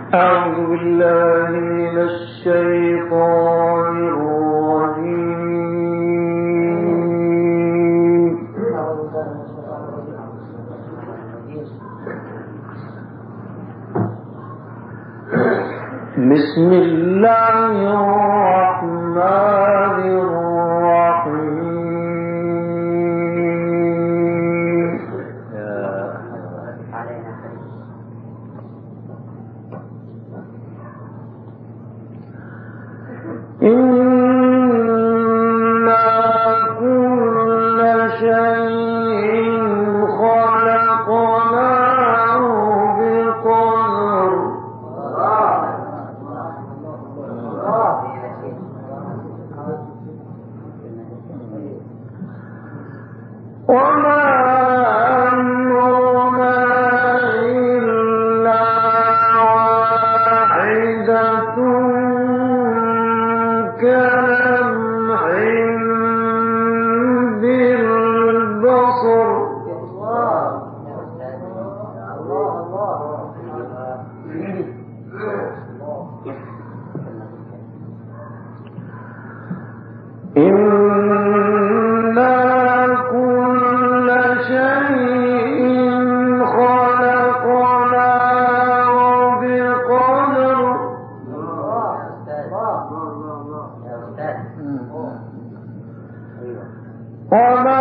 أعوذ بالله من الشيطان الرجيم. بسم الله الرحمن الرحيم. إنا كل شيء خلقناه بقدر. وما أمرنا إلا واحدة كلمح بالبصر. إنا كل شيء خلقناه بقدر. وما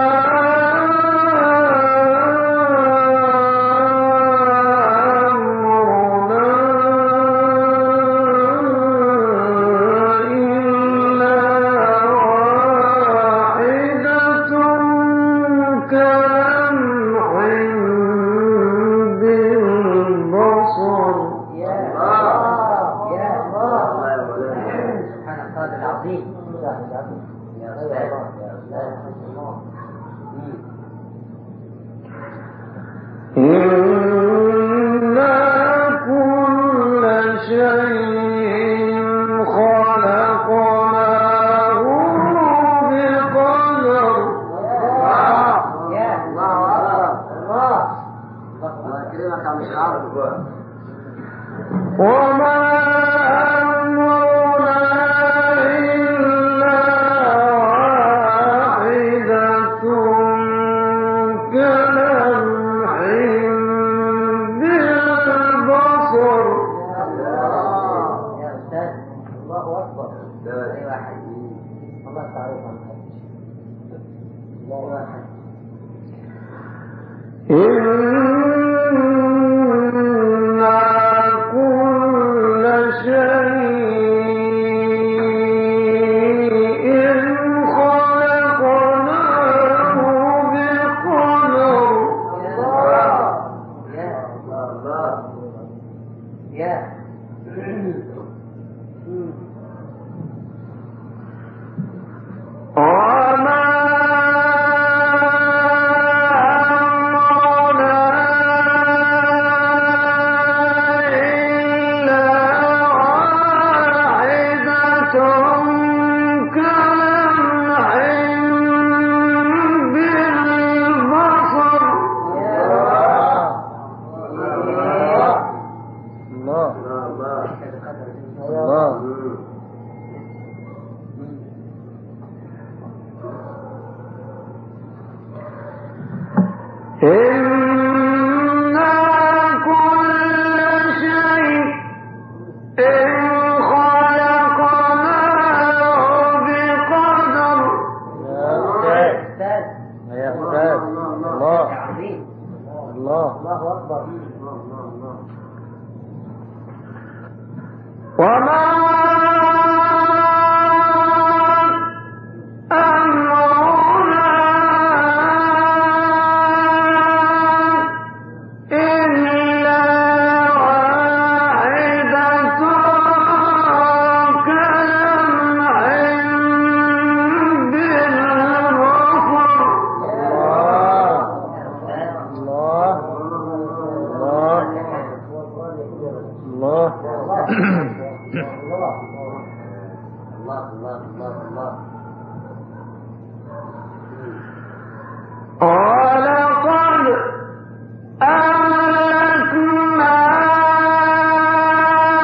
ولقد أهلكنا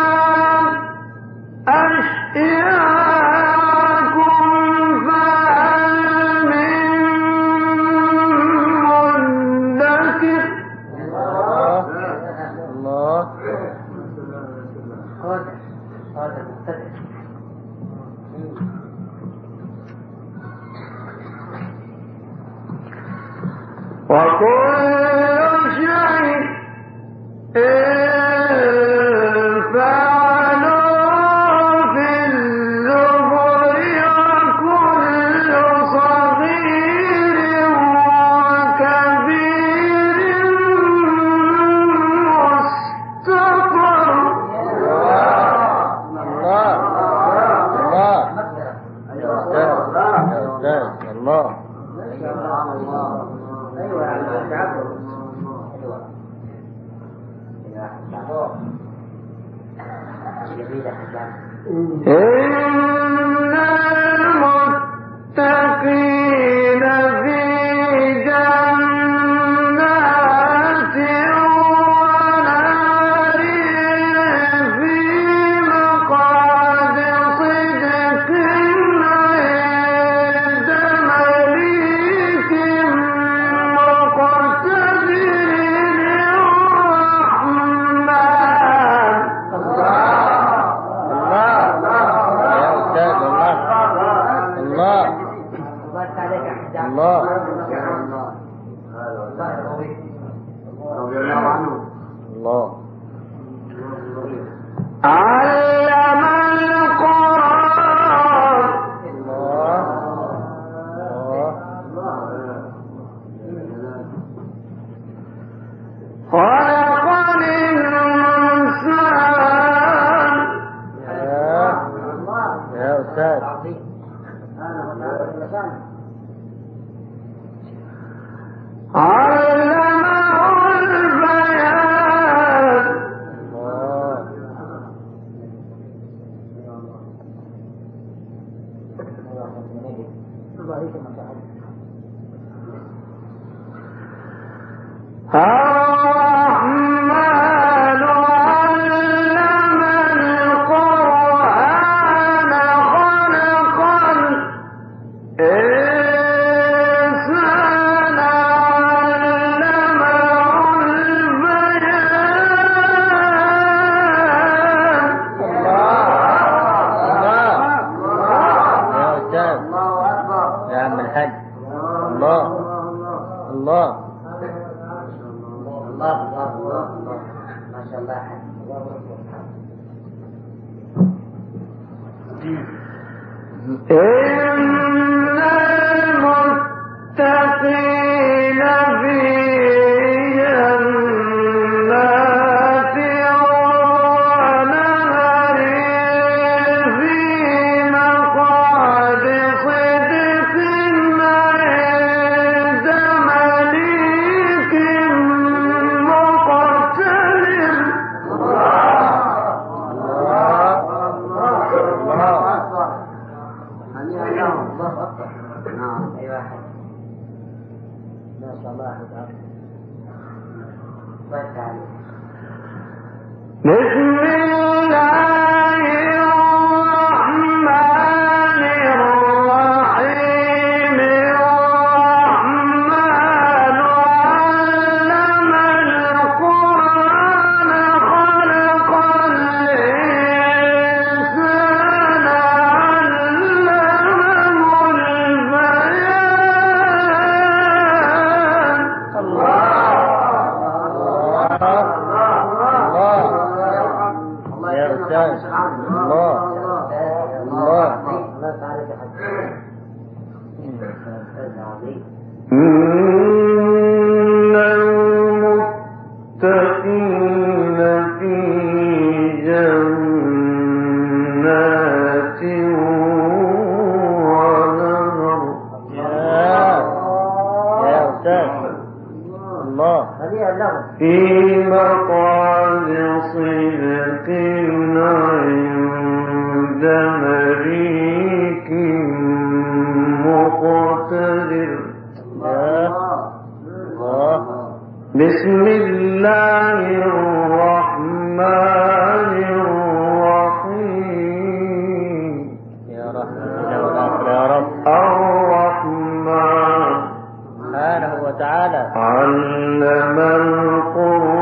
علم القرآن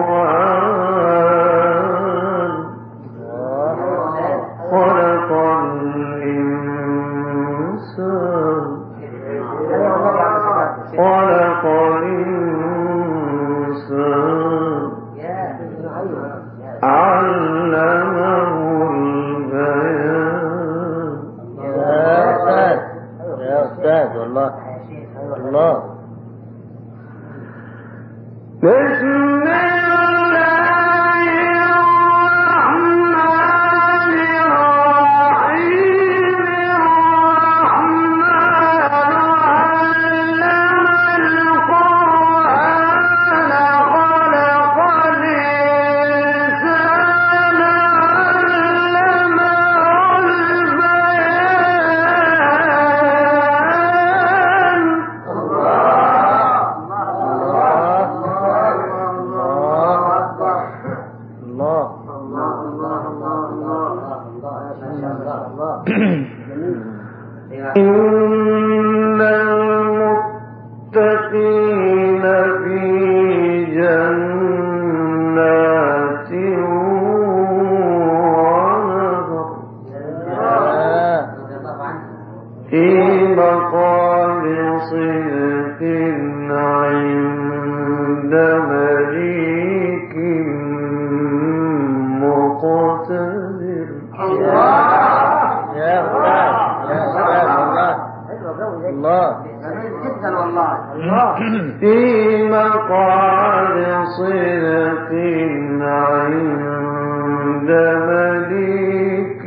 إن المتقين في جنات ونهر في مقام صدق عند مليك مقتدر. في مقعد صدق عند مليك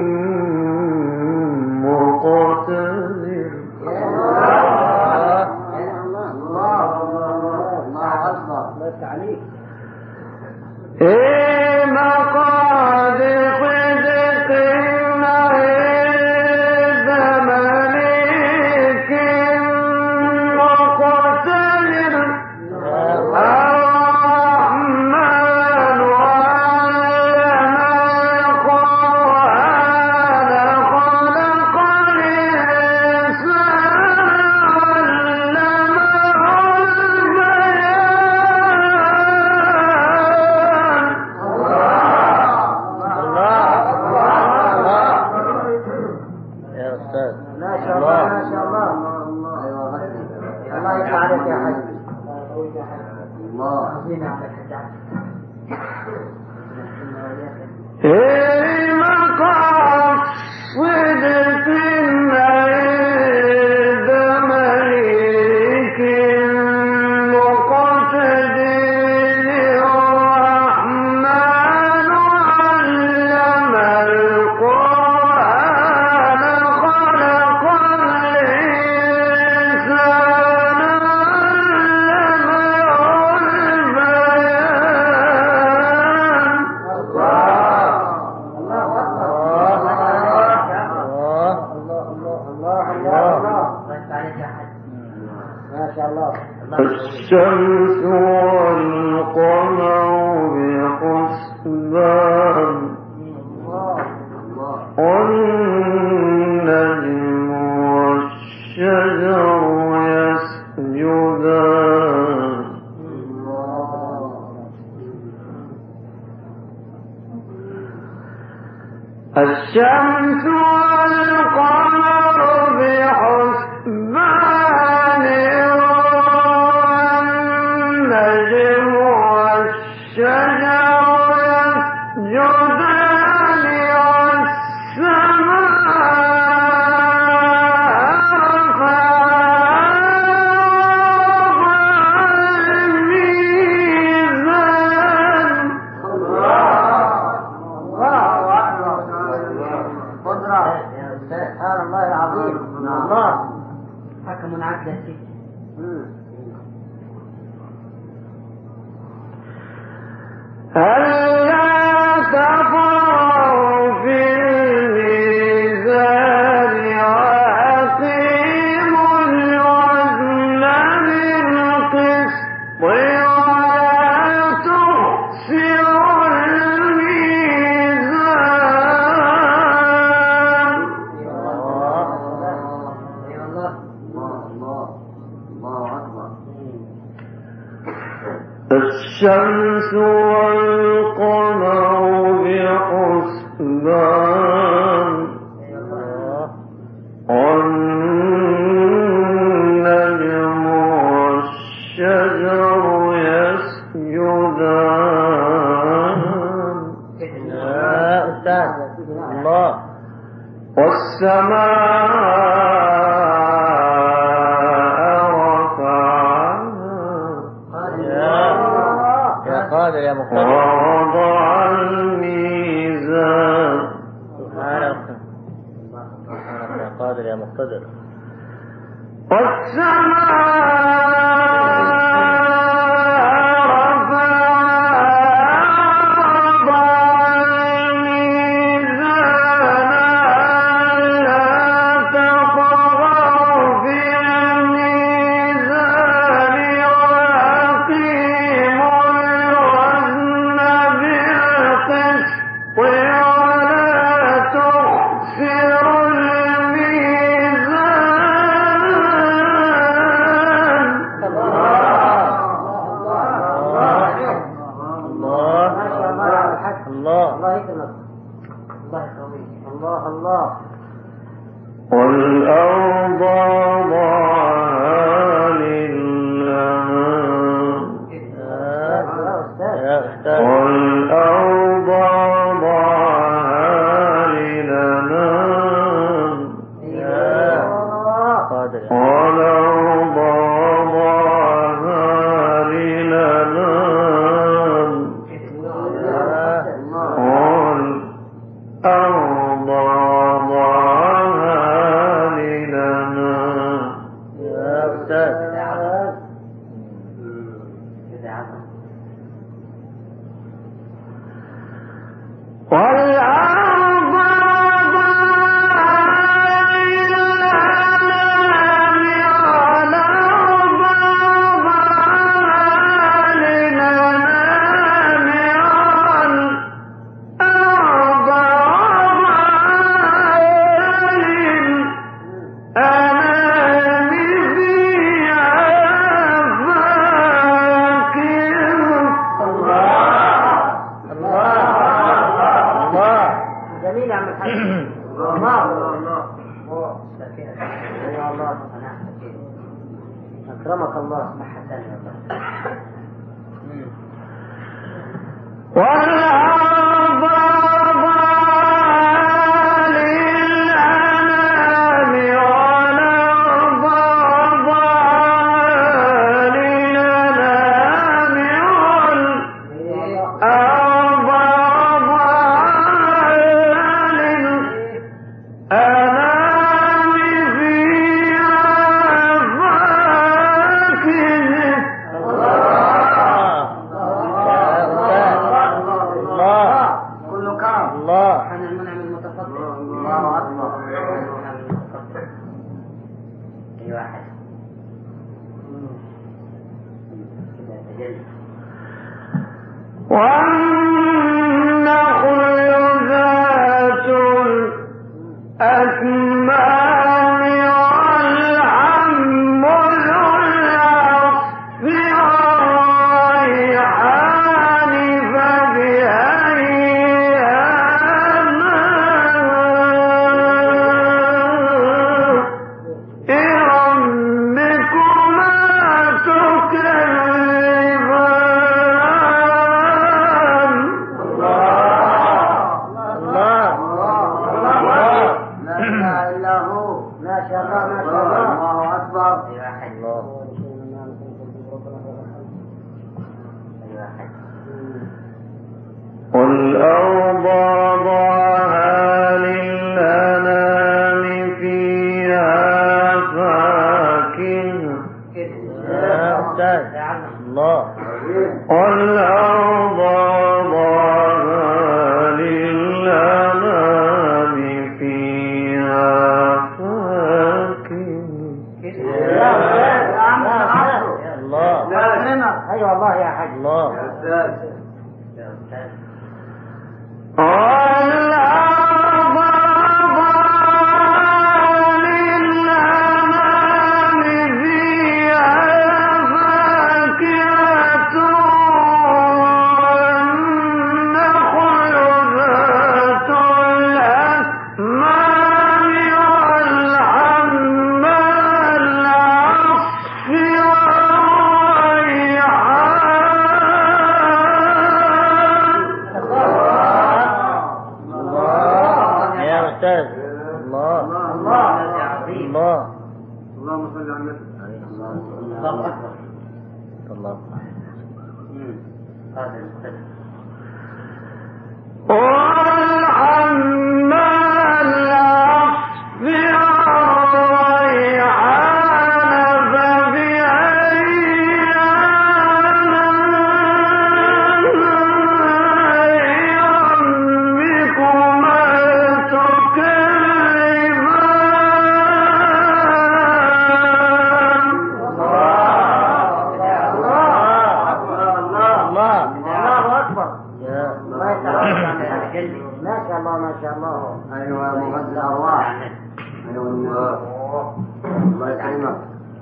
مقتدر. في مقعد صدق عند مليك مقتدر. الرحمن علم القرآن خلق الإنسان الشمس والقمر بحسبان والنجم والشجر يسجدان. الشمس والقمر بحسبان والنجم والشجر يسجدان والسماء رفعها الميزان. سبحان الله العظيم. الله حكم عدل. ألا تطغوا في الميزان وأقيموا الوزن بالقسط ولا تخسروا الميزان. الشمس والقمر بحسبان والنجم والشجر يسجدان. يا أستاذ الله. قادر يا مقتدر. ووضع الميزان. سبحانك يا قادر يا مقتدر. الله الله يكرمك الله يقويك الله الله. والأرض وضعها للأنام والأرض وضعها للأنام والأرض وضعها للأنام والأرض وضعها للأنام. يا أستاذ والأرض أكرمك الله. والأرض وضعها للأنام والأرض وضعها للأنام والأرض وضعها للأنام فيها والنخل ذات الأكمام والعنب ذو العصف والريحان فبأي آلاء ربكما تكذبان. ما شاء الله ما شاء الله. الله أكبر. والأرض وضعها للأنام فيها فاكهة والأرض وضعها للأنام فيها فاكهة. أيوة الله يا حاج. الله والأرض وضعها للأنام فيها فاكهة والنخل ذات الأكمام والعنب والعصف اللهم صل على النبي. الله أكبر. الله ما شاء الله. أيوة مغذى الأرواح. أيوة الله يكرمك.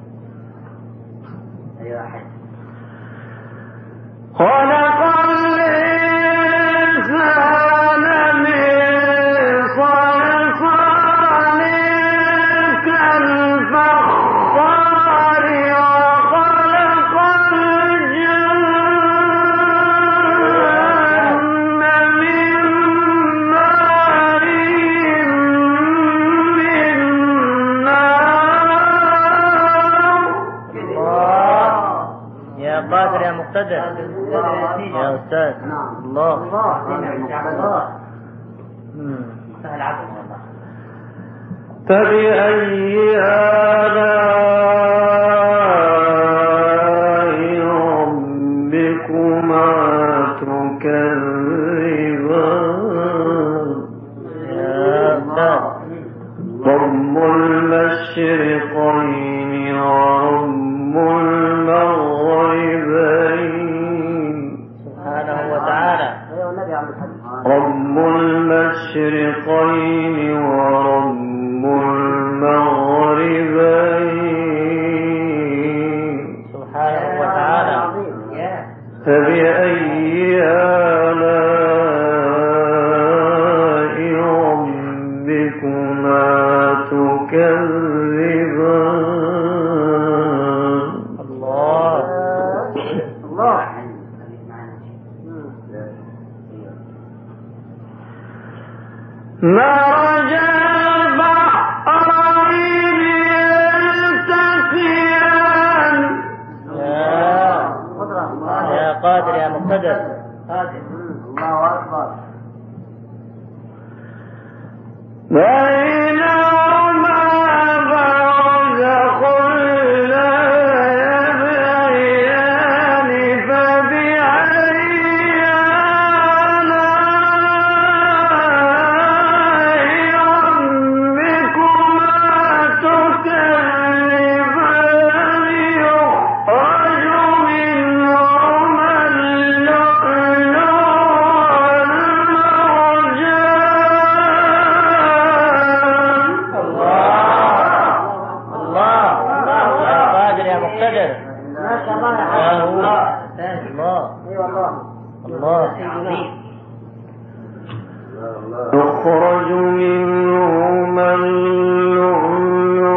أيوة حد. خلق الإنسان المقتدر يا أستاذ. الله سهل عظم والله. فبأي آلاء ربكما تكذبان رب المشرقين ورب المغربين سبحانه وتعالى. رب المشرقين ورب المغربين سبحانه وتعالى. فبأي آلاء ربكما تكذبان الله مرج البحرين يلتقيان يا قادر يا مقتدر. الله أكبر. بينهما برزخ لا يبغيان فبأي آلاء ربكما تكذبان يخرج منهما اللؤلؤ والمرجان يا قادر يا مقتدر. ما شاء الله يا الله اي والله. الله يخرج منهما اللؤلؤ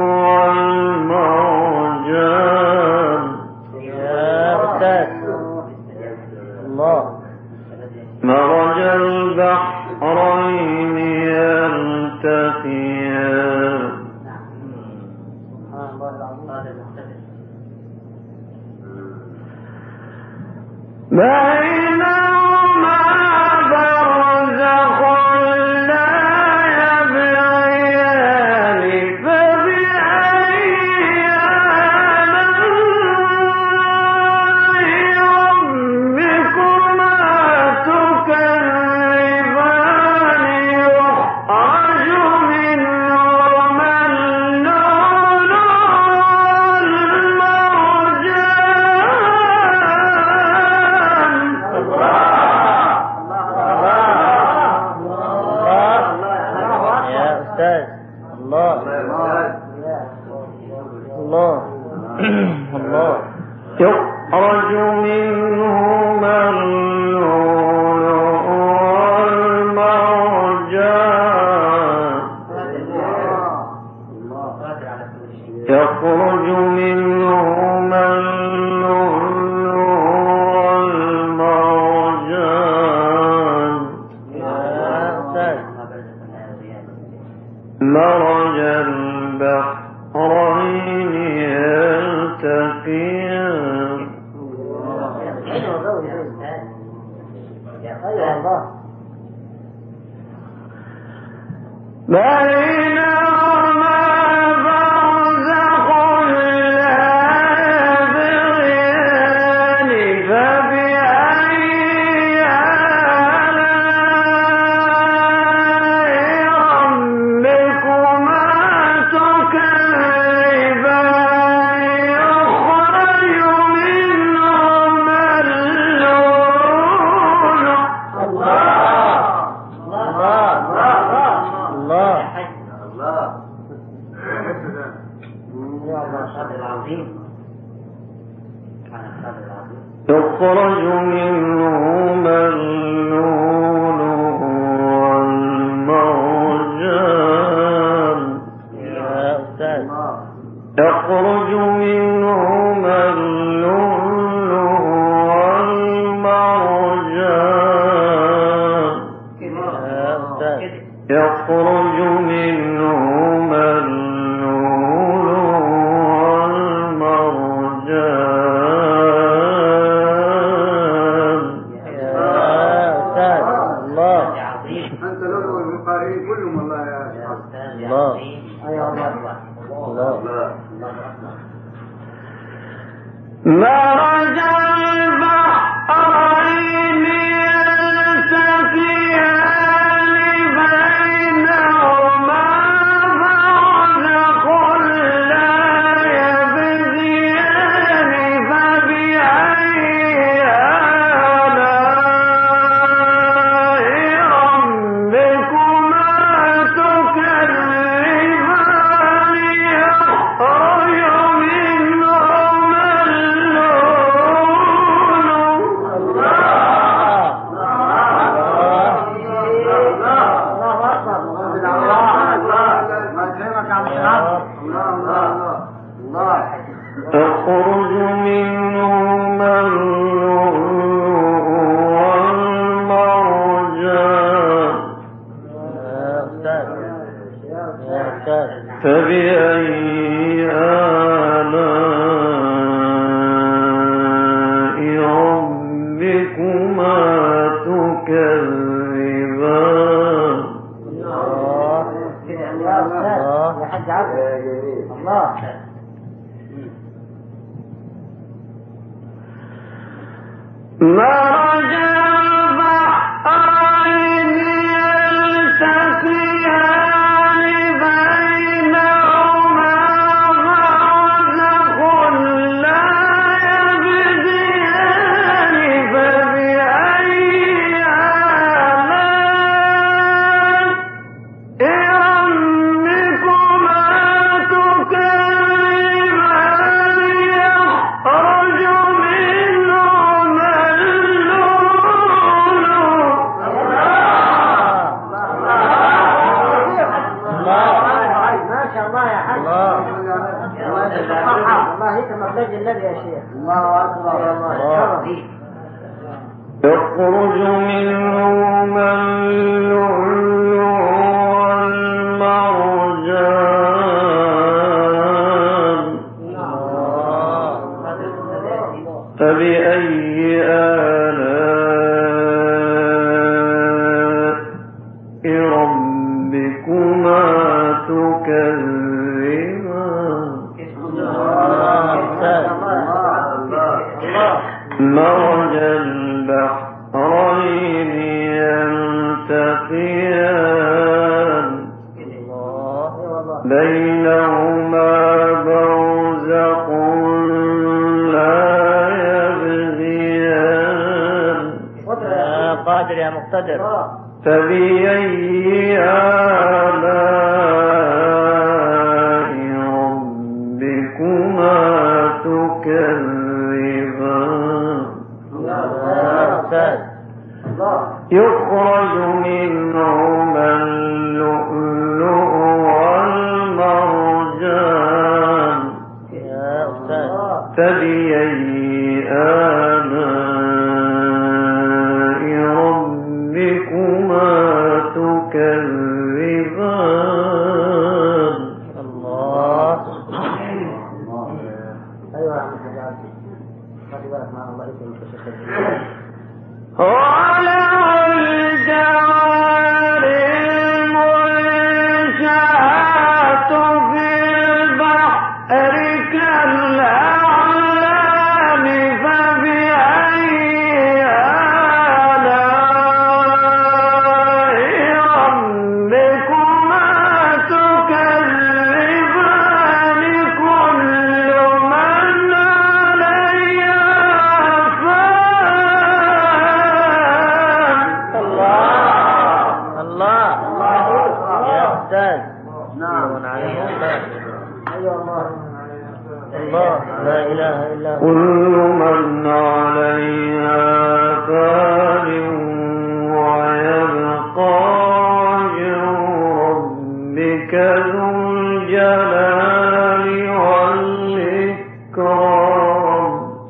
والمرجان يا أستاذ. الله مرج البحرين يلتقيان بينهما برزخ لا يبغيان فبأي آلاء ربكما تكذبان يخرج منهما اللؤلؤ والمرجان يا أستاذ. الله الله الله يخرج منهما اللؤلؤ والمرجان يخرج منهما اللؤلؤ والمرجان يا أستاذ. مرج البحرين يلتقيان بينهما برزخ لا يبغيان فبأي آلاء ربكما تكذبان يخرج منهما اللؤلؤ يخرج منهما اللؤلؤ والمرجان يا أستاذ. يخرج منهما اللؤلؤ والمرجان يا أستاذ. يخرج منهما اللؤلؤ والمرجان الله أنت لؤلؤ القارئين كلهم والله يا شيخ. الله أيوة الله. الله مرج البحرين يلتقيان بينهما برزخ لا يبغيان فبأي آلاء ربكما تكذبان يخرج منهما تخرج منهما اللؤلؤ والمرجان فبأي آلاء ربكما تكذبان يا حاج عبد الله. مرج البحرين يلتقيان بينهما برزخ لا يبغيان فبأي آلاء ربكما تكذبان يخرج منهما ما شاء الله يا حاج. الله هيك مخرج النبي يا شيخ. الله أكبر. يخرج منهما اللؤلؤ والمرجان فبأي آلاء ربكما تكذبان مرج البحرين يلتقيان بينهما برزخ لا يبغيان يا قادر يا مقتدر فبأي آلاء ربكما تكذبان يخرج منهما اللؤلؤ والمرجان فبأي آلاء ربكما تكذبان الله أيوة يا عم حاج عبد. خلي بالك مع الله يسلمك يا شيخ. وله الجوار المنشآت في البحر كالأعلام فبأي آلاء ربكما تكذبان كل من عليها لا إله إلا هو. كل من عليها فان ويبقى وجه ربك ذو الجلال والإكرام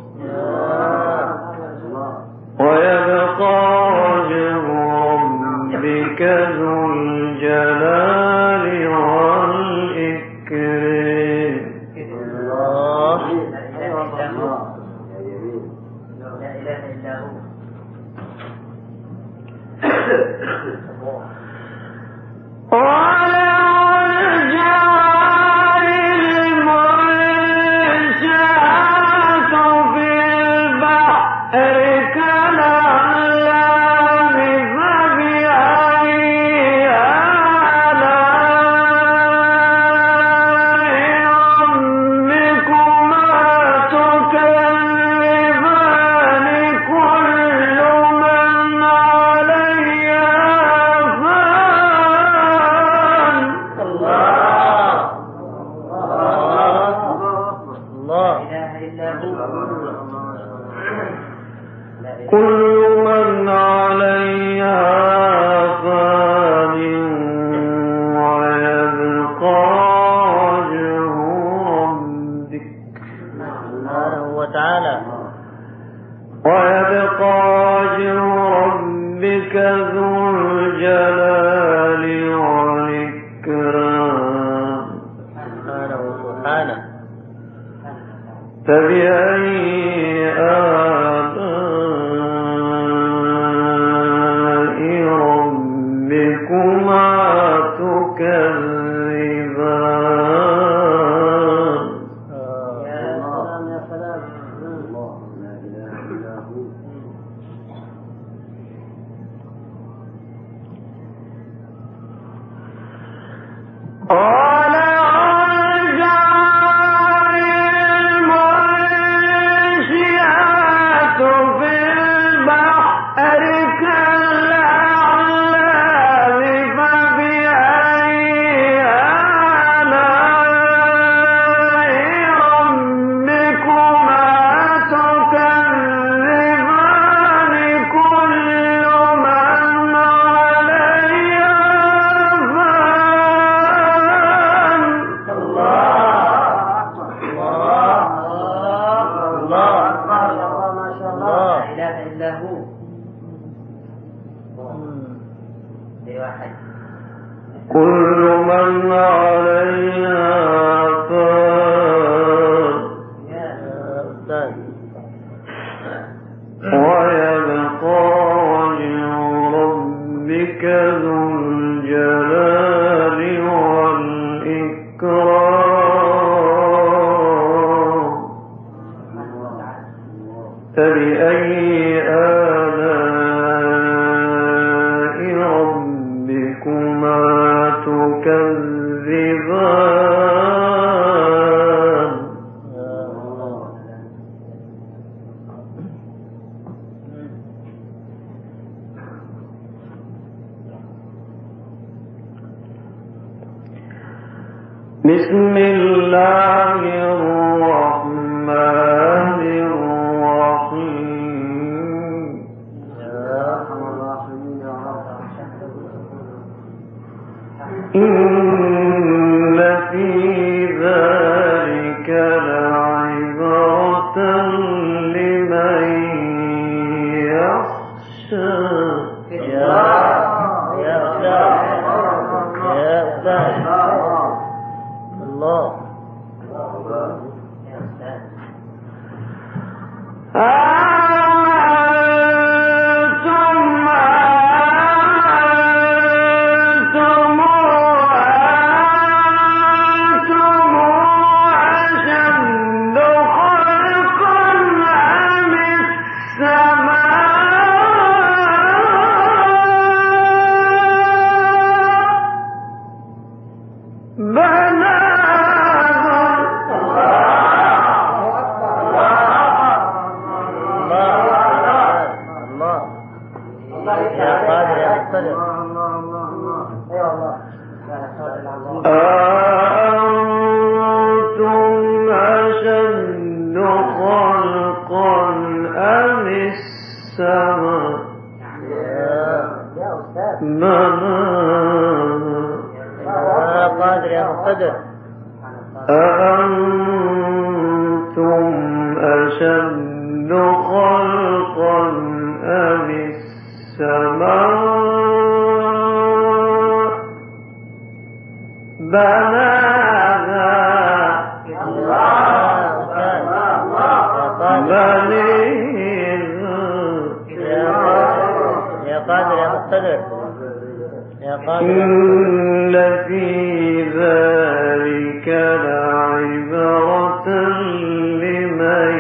ويبقى وجه ربك ذو الجلال والإكرام لا إله إلا هو. بسم الله الرحمن الرحيم إن في ذلك لعبرة لمن يخشى أأنتم أشد خلقا أم السماء بناها يا قادر يا مقتدر يا قادر إن في ذلك لعبرة لمن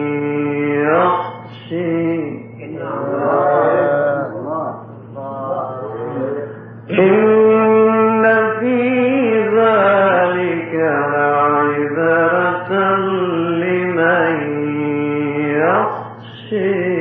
يخشي إن في ذلك لعبرة لمن يخشي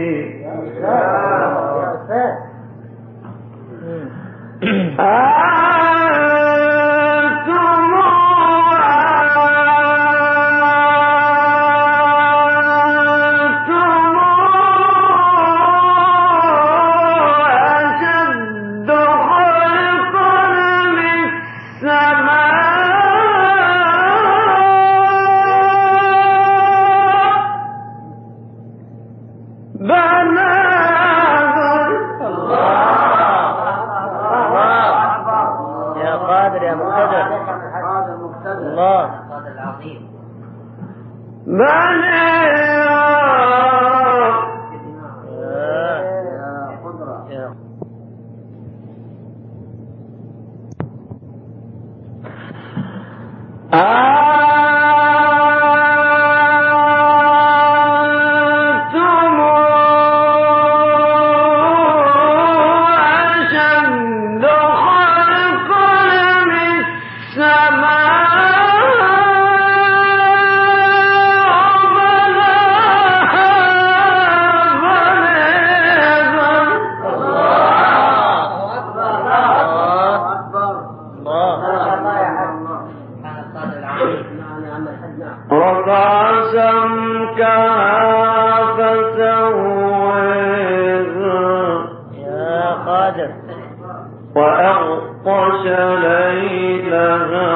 وأغطش ليلها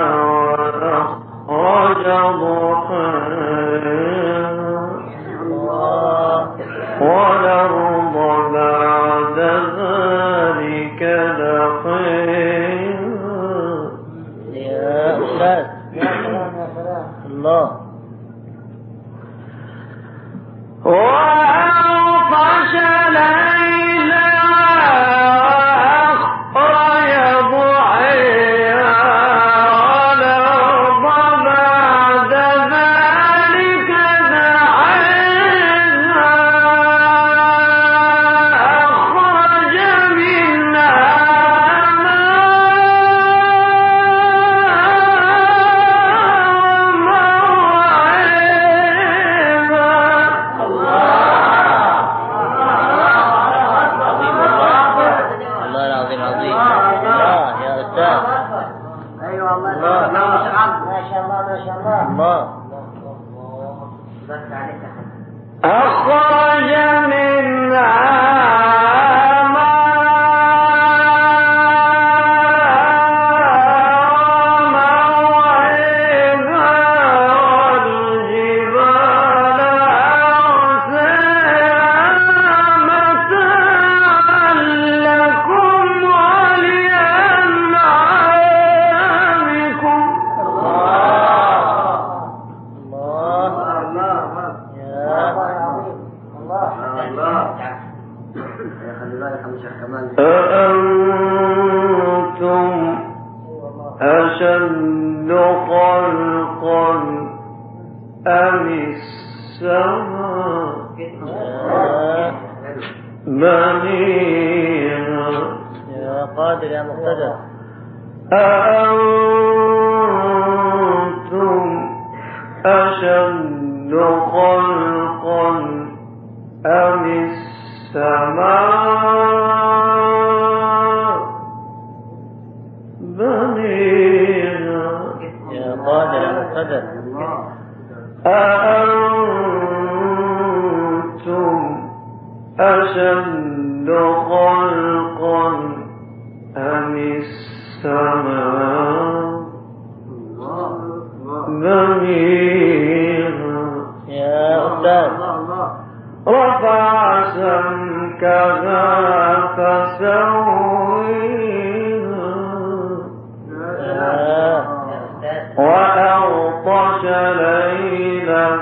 وأخرج ضحاها والأرض بعد ذلك دحاها. يا أستاذ الله وأغطش ليلها وأخرج ضحاها والأرض بعد ذلك دحاها أخرج منها أخرج منها أأنتم أشد خلقا أم السماء بنيها. يا قادر يا مقتدر. أأنتم أشد خلقا أم السماء بنيها. يا قادر يا مقتدر. أأنتم أشد خلقا أم السماء بنيها. يا أستاذ رفع سمكها فسويها وأغطش ليلها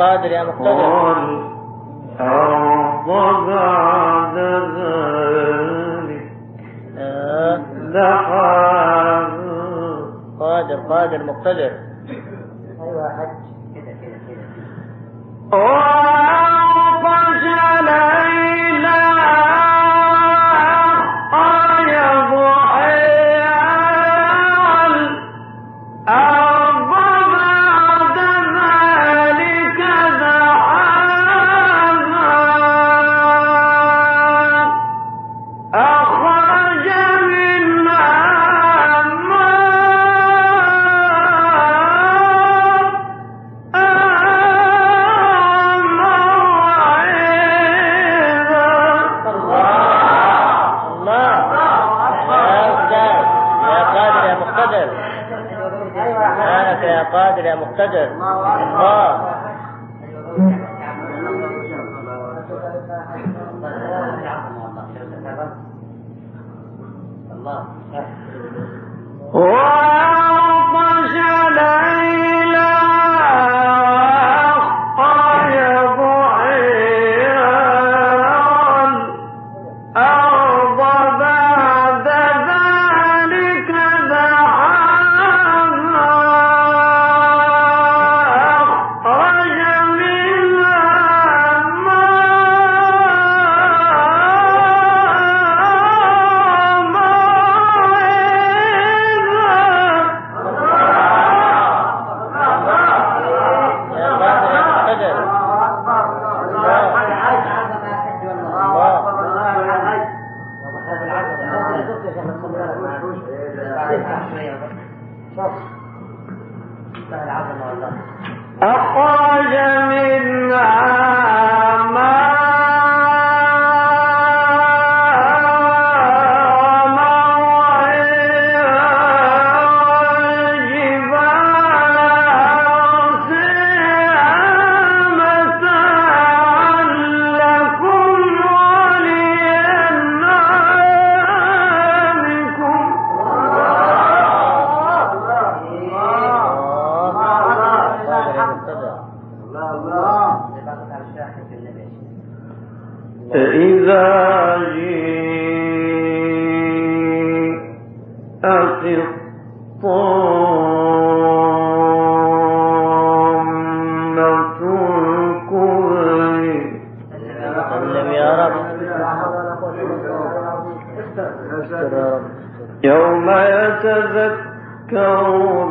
قادر يا مقتدر. والأرض بعد ذلك دحاها. قادر مقتدر. أيوة حج كده وأغطش ليلها أخرج ضحيها والأرض بعد ذلك دحاها أخرج منها يا قادر يا مقتدر. الله وأغطش ليلها أخرج ضحيها والأرض بعد ذلك دحاها أخرج منها أخرج منها إذا جيءت الطامة الكبرى. سلم يا رب. يوم يتذكر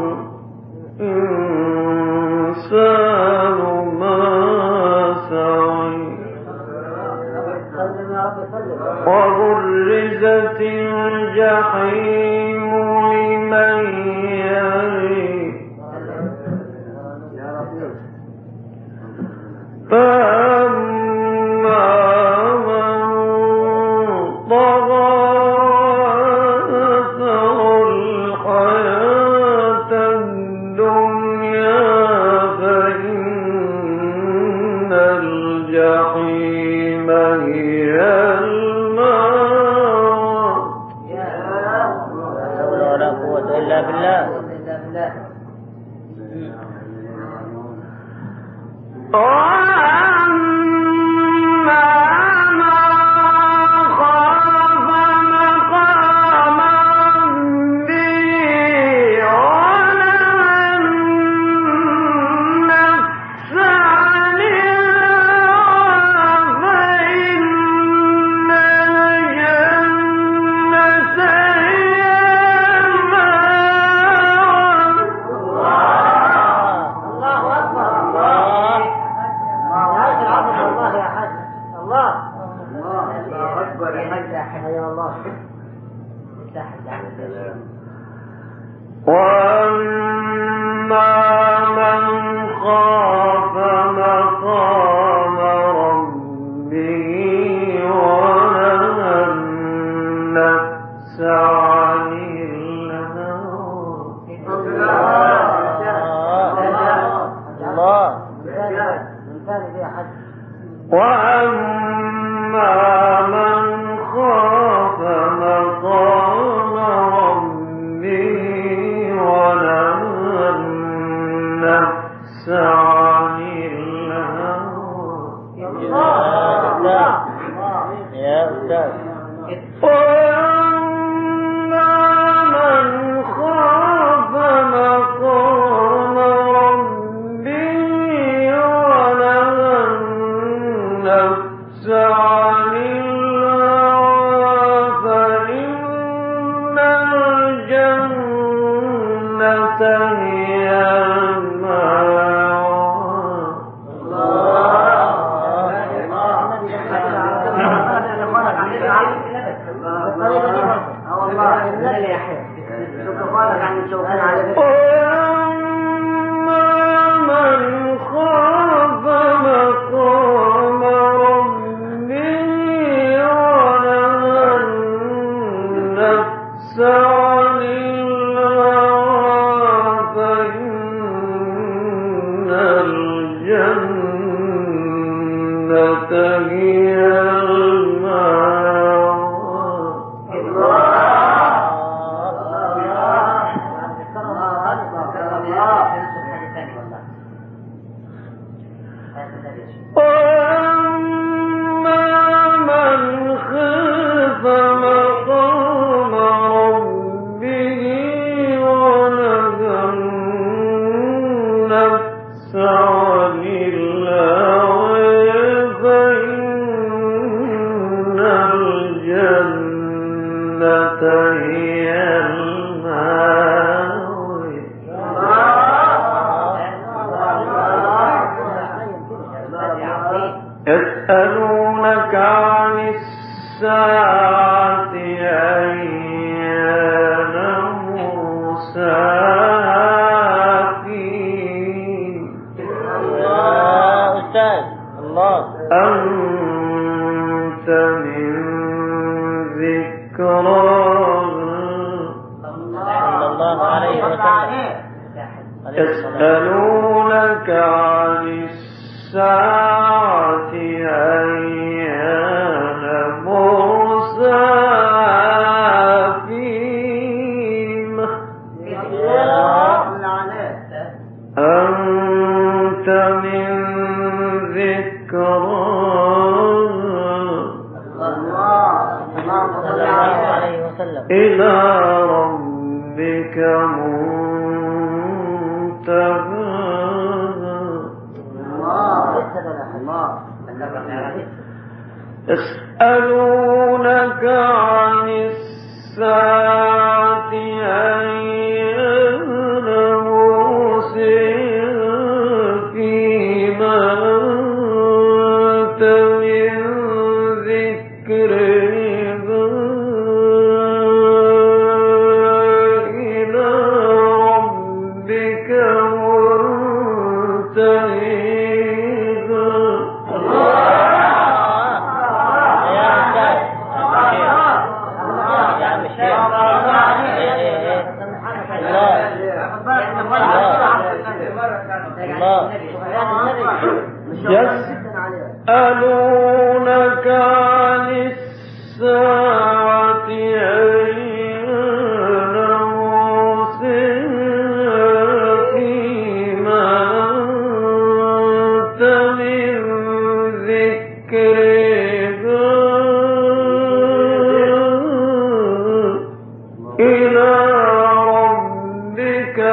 الإنسان ما سعى وبرزت الجحيم لمن يرى فأما من طغى وآثر الحياة الدنيا فإن الجحيم هي إلا بالله. وأما من خاف مقام ربه ونهى النفس عن الهوى وأما من خاف مقام ربه ونهى النفس عن الهوى أستاذ. وأما من خاف مقام ربه ونهى النفس عن الهوى فإن الجنة هي يسألونك عن الساعة أيان مرساها يا أستاذ. الله. أنت من ذكرى صلى الله عليه وسلم. يسألونك عن الساعة أيان مرساها فيما أنت من ذكرى إلى ربك يسألونك عن الساعة أيان مرساها فيما أنت من ذكرها إلى ربك يسألونك عن الساعة أيان مرساها فيما أنت من ذكرها إلى ربك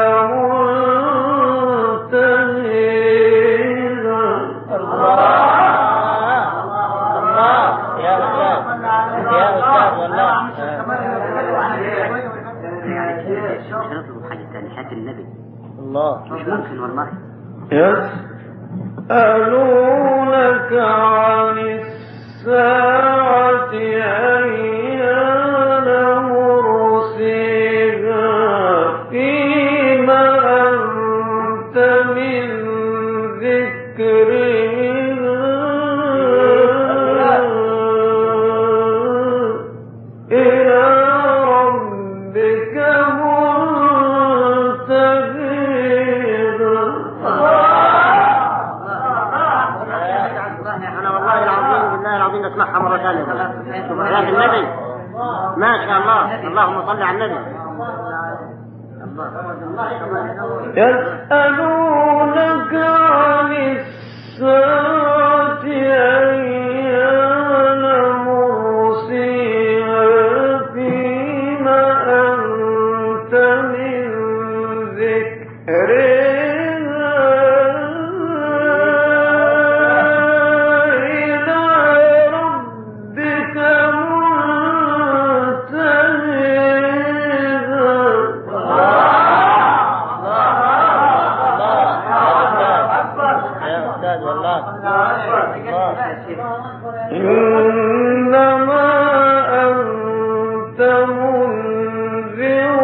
يسألونك عن الساعة أيان مرساها فيما أنت من ذكرها إلى ربك نسمعها مرة ثانية. سبحان النبي ما شاء الله. اللهم صل على النبي. يسألونك عن الساعة أيان مرساها الله. إنما أنت منذر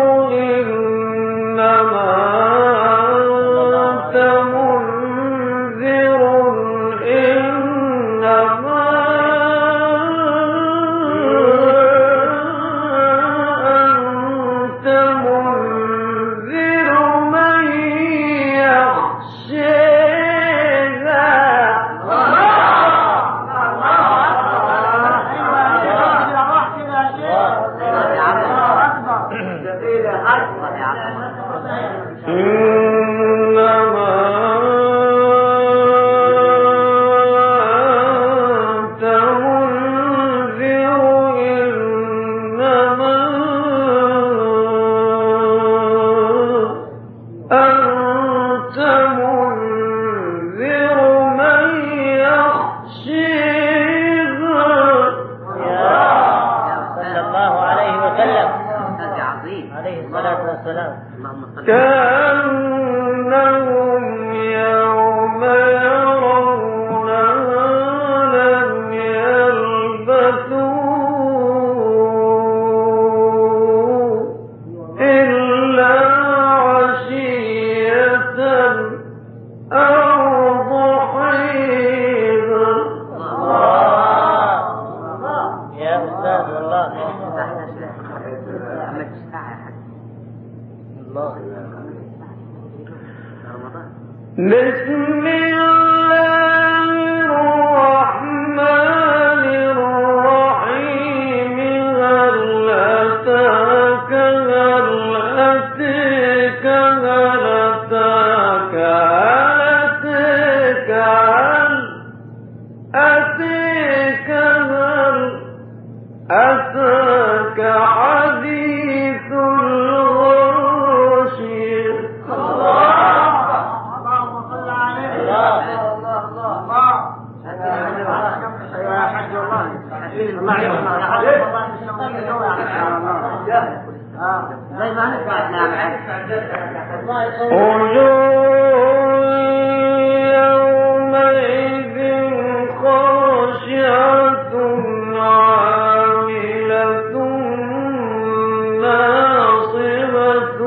إنما أنت منذر إنما أنت منذر من كأنهم يوم يرونها لم يلبثوا إلا عشية أو ضحيها. يا أستاذ والله. بسم الله الرحمن الرحيم هل أتاك حديث الغاشية. يومئذ خاشعة عاملة ناصبة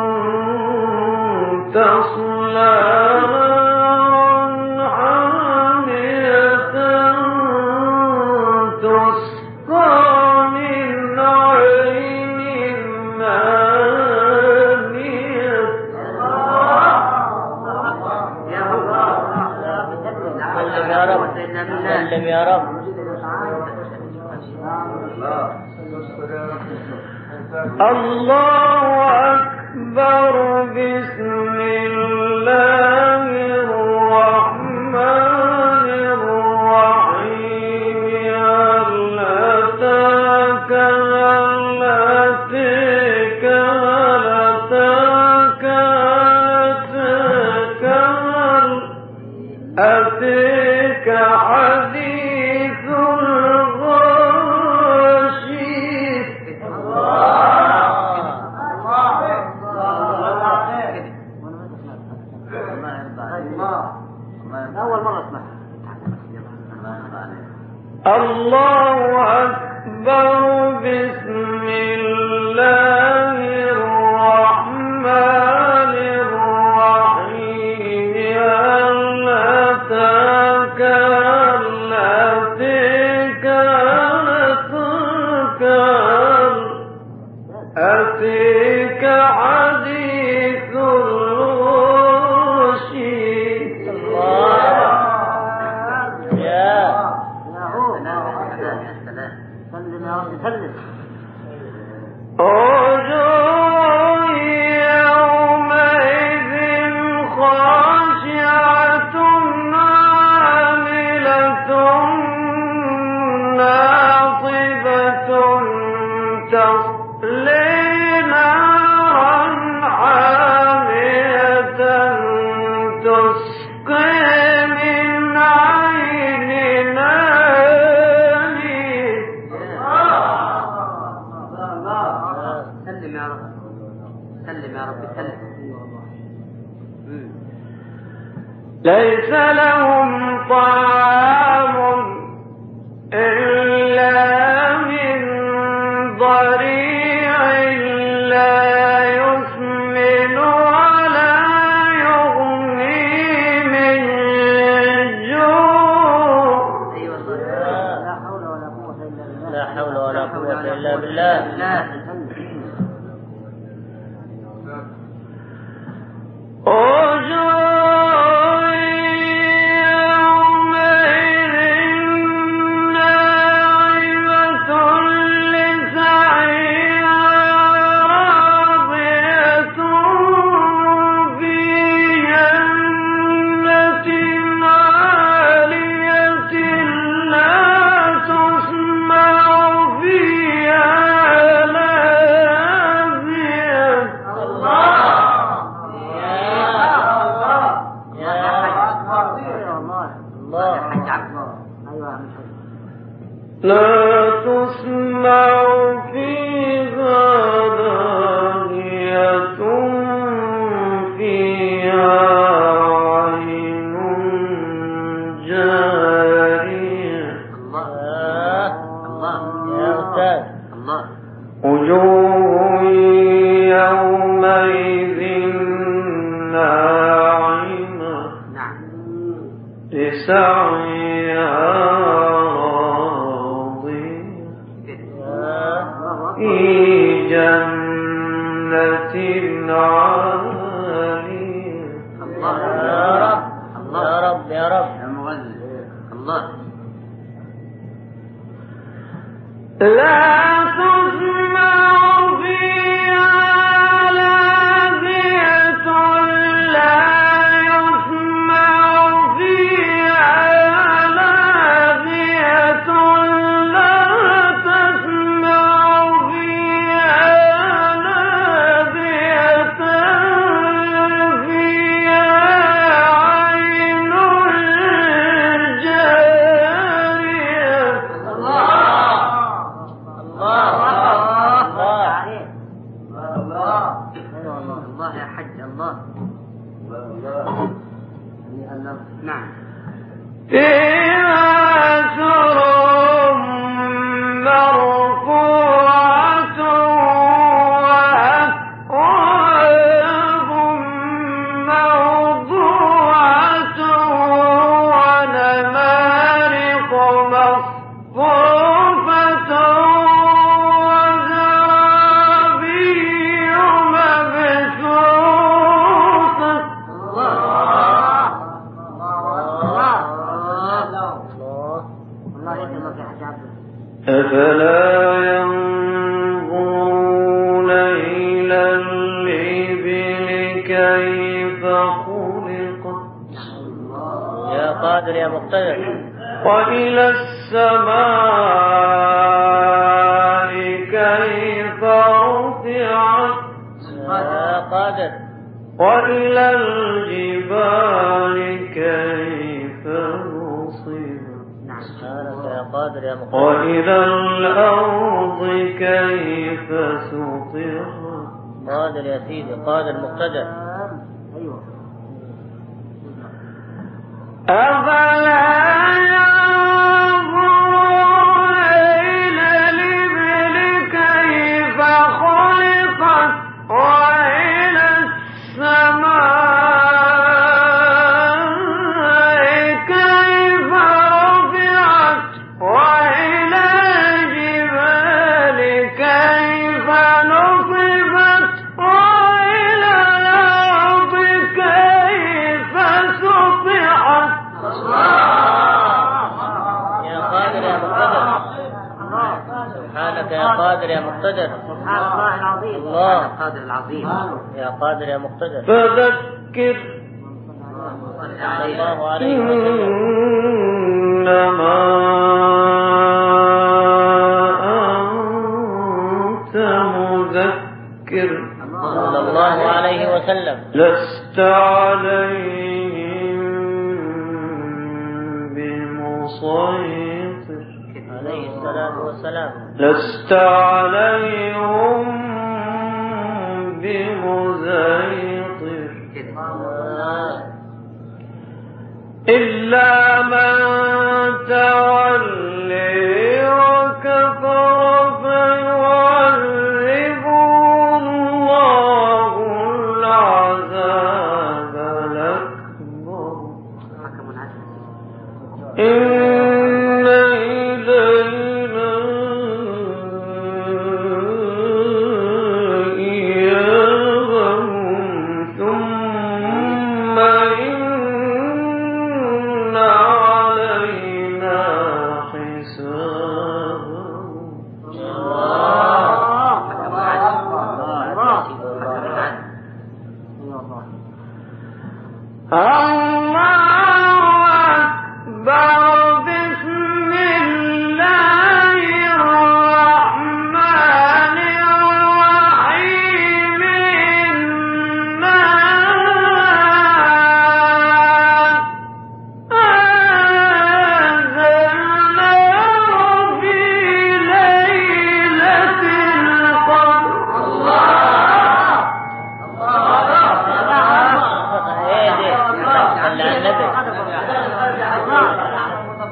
تصلى نارا حامية تسقى من عين آنية. سلم يا رب. الله أكبر. بسم الله الرحمن الرحيم هل أتاك أتاك حديث الغاشية. الله أكبر. بسم الله الرحمن الرحيم هل أتاك حديث الغاشية. وجوه يومئذ خاشعة عاملة ناصبة تصلي نارا حامية تسقي من عين آنية. سلم يا رب، سلم يا رب، سلم. ليس لهم والعياذ بالله. لا تسمع فيها لاغية فيها عين جارية يا أستاذ. وجوه يومئذ ناعمة لسعيها في جنة عالية. يا رب يا رب. لا تسمع فيها لاغية لا يسمع فيها لاغية لا تسمع فيها لاغية فيها عين جارية. الله يا حج الله. نعم. فيها سرر مرفوعة وأكواب موضوعة ونمارق مصفوفة وزرابي مبثوثة. أفلا ينظرون إلى الإبل كيف خلقت يا قادر يا مقتدر. وإلى السماء كيف رفعت يا قادر. وإلى الجبال كيف نصبت سبحانك يا قادر يا مقتدر. وإلى الأرض كيف سطحت. قادر يا سيدي قادر مقتدر. أفلا ينظرون إلى الإبل كيف خلقت وإلى السماء كيف رفعت وإلى الجبال كيف نصبت وإلى الأرض كيف سطحت. يا قادر يا مقتدر. سبحانك يا قادر يا مقتدر. سبحان الله العظيم. الله القادر العظيم. يا قادر يا مقتدر. فذكر صلى الله عليه وسلم. إنما أنت مذكر صلى الله عليه وسلم. لست عليهم بمسيطر عليه الصلاة والسلام. لست عليهم بمسيطر إلا من تولي وكفر فيعذبه الله العذاب الأكبر. إن إلينا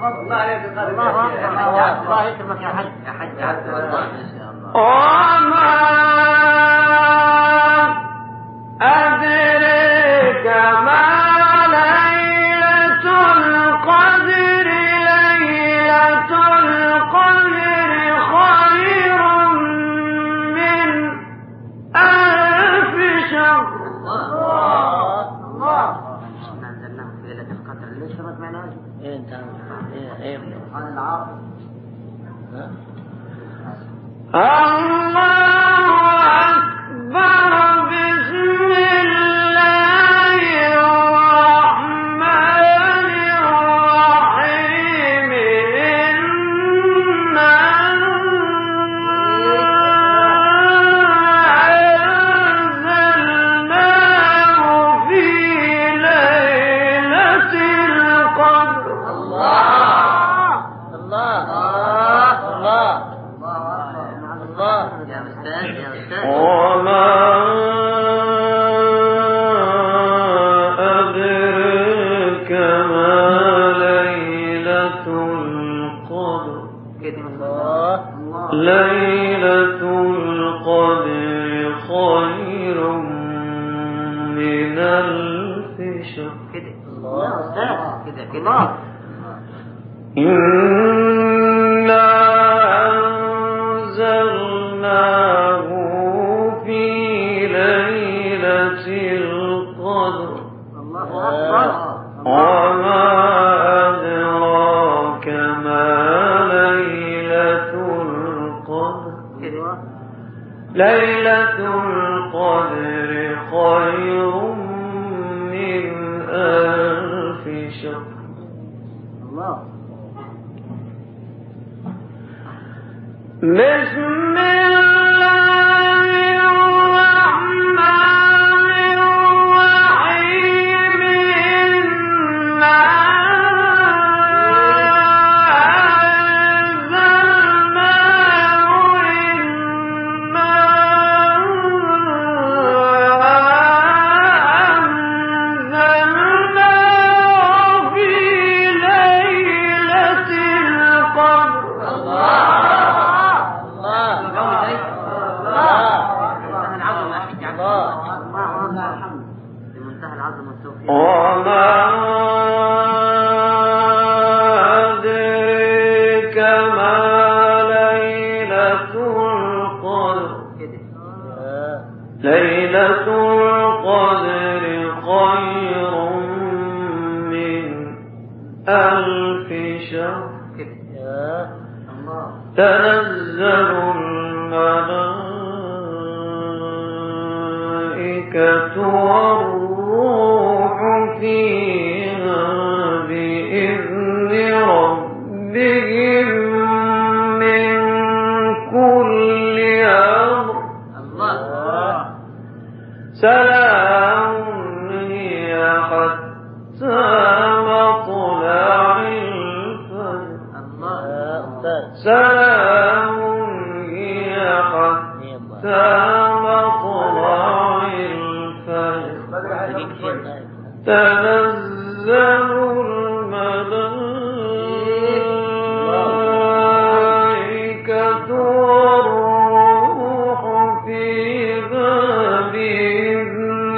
الله يكرمك يا حج وما أدريك ما ليلة القدر ليلة القدر خير من ألف شهر الله نزلناه في ليلة القدر ليش ما سمعناه؟ ايه انت ايه عن العاصر الله أكبر بسم الله الرحمن الرحيم إنا أنزلناه في ليلة القدر وما أدريك ما ليلة القدر ليلة القدر خير من ألف شهر إنا أنزلناه في ليلة القدر وما أدراك ما ليلة القدر ليلة القدر خير من ألف شهر بسم الله الرحمن الرحيم إنا أنزلناه في ليلة القدر وما أدريك ما ليلة القدر ليلة القدر خير من ألف شهر تنزل الملائكة والروح فيها بإذن ربهم من كل أمر سلام هي حتى مطلع الفجر سلام هي حتى مطلع الفجر تنزل الملائكة والروح فيها بإذن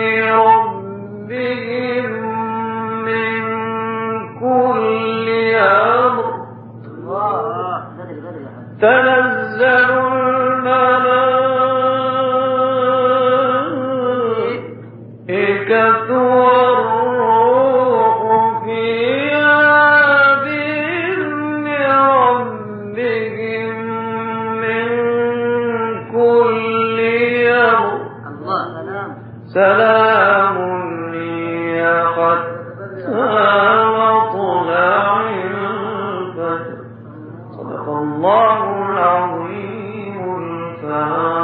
ربهم من كل أمر تنزل الملائكة والروح فيها بإذن ربهم من كل أمر سلام هي حتى مطلع الفجر صدق الله العظيم الفاتح